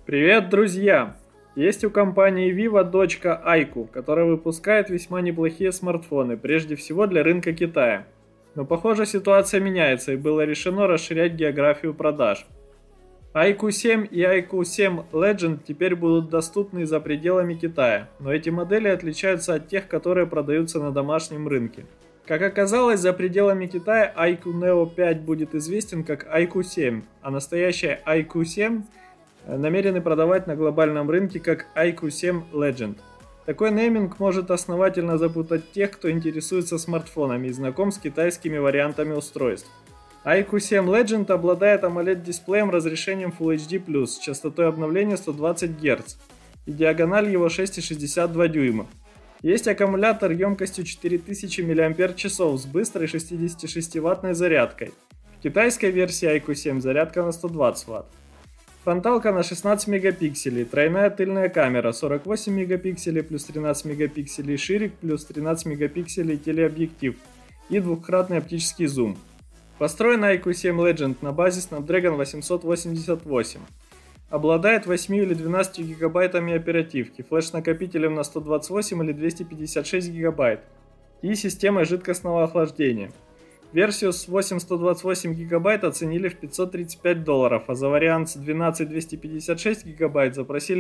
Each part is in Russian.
Привет, друзья! Есть у компании Vivo дочка iQOO, которая выпускает весьма неплохие смартфоны, прежде всего для рынка Китая. Но похоже, ситуация меняется, и было решено расширять географию продаж. iQOO 7 и iQOO 7 Legend теперь будут доступны за пределами Китая, но эти модели отличаются от тех, которые продаются на домашнем рынке. Как оказалось, за пределами Китая iQOO Neo 5 будет известен как iQOO 7, а настоящая iQOO 7 намерены продавать на глобальном рынке как iQOO 7 Legend. Такой нейминг может основательно запутать тех, кто интересуется смартфонами и знаком с китайскими вариантами устройств. iQOO 7 Legend обладает AMOLED-дисплеем разрешением Full HD+, с частотой обновления 120 Гц, и диагональ его 6,62 дюйма. Есть аккумулятор емкостью 4000 мАч с быстрой 66-ваттной зарядкой. В китайской версии iQOO 7 зарядка на 120 Вт. Фронталка на 16 мегапикселей, тройная тыльная камера 48 мегапикселей плюс 13 мегапикселей, ширик плюс 13 мегапикселей телеобъектив и двухкратный оптический зум. Построен iQOO 7 Legend на базе Snapdragon 888. Обладает 8 или 12 гигабайтами оперативки, флеш-накопителем на 128 или 256 гигабайт и системой жидкостного охлаждения. Версию с 8/128 гигабайт оценили в $535, а за вариант с 12/256 гигабайт запросили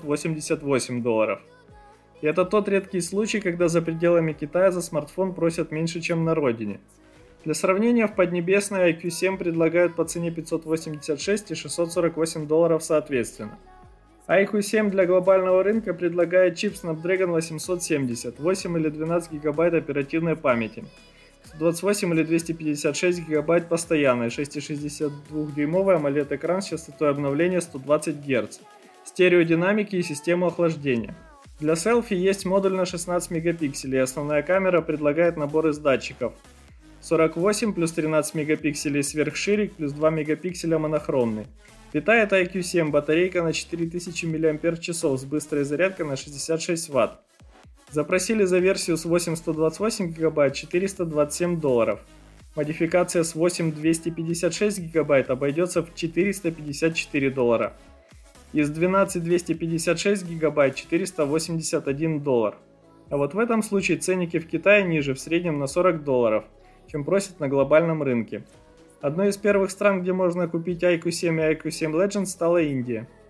$588. И это тот редкий случай, когда за пределами Китая за смартфон просят меньше, чем на родине. Для сравнения, в Поднебесной iQOO 7 предлагают по цене $586 и $648 соответственно. iQOO 7 для глобального рынка предлагает чип Snapdragon 870, 8 или 12 гигабайт оперативной памяти, 128 или 256 гигабайт постоянной, 6,62-дюймовый AMOLED-экран с частотой обновления 120 Гц, стереодинамики и систему охлаждения. Для селфи есть модуль на 16 мегапикселей, основная камера предлагает набор из датчиков 48 плюс 13 мегапикселей сверхширик плюс 2 мегапикселя монохромный. Питает iQOO 7 батарейка на 4000 мАч с быстрой зарядкой на 66 Вт. Запросили за версию с 8/128 гигабайт $427. Модификация с 8/256 гигабайт обойдется в $454. Из 12/256 гигабайт $481. А вот в этом случае ценники в Китае ниже, в среднем на $40, чем просят на глобальном рынке. Одной из первых стран, где можно купить iQOO 7 и iQOO 7 Legend, стала Индия.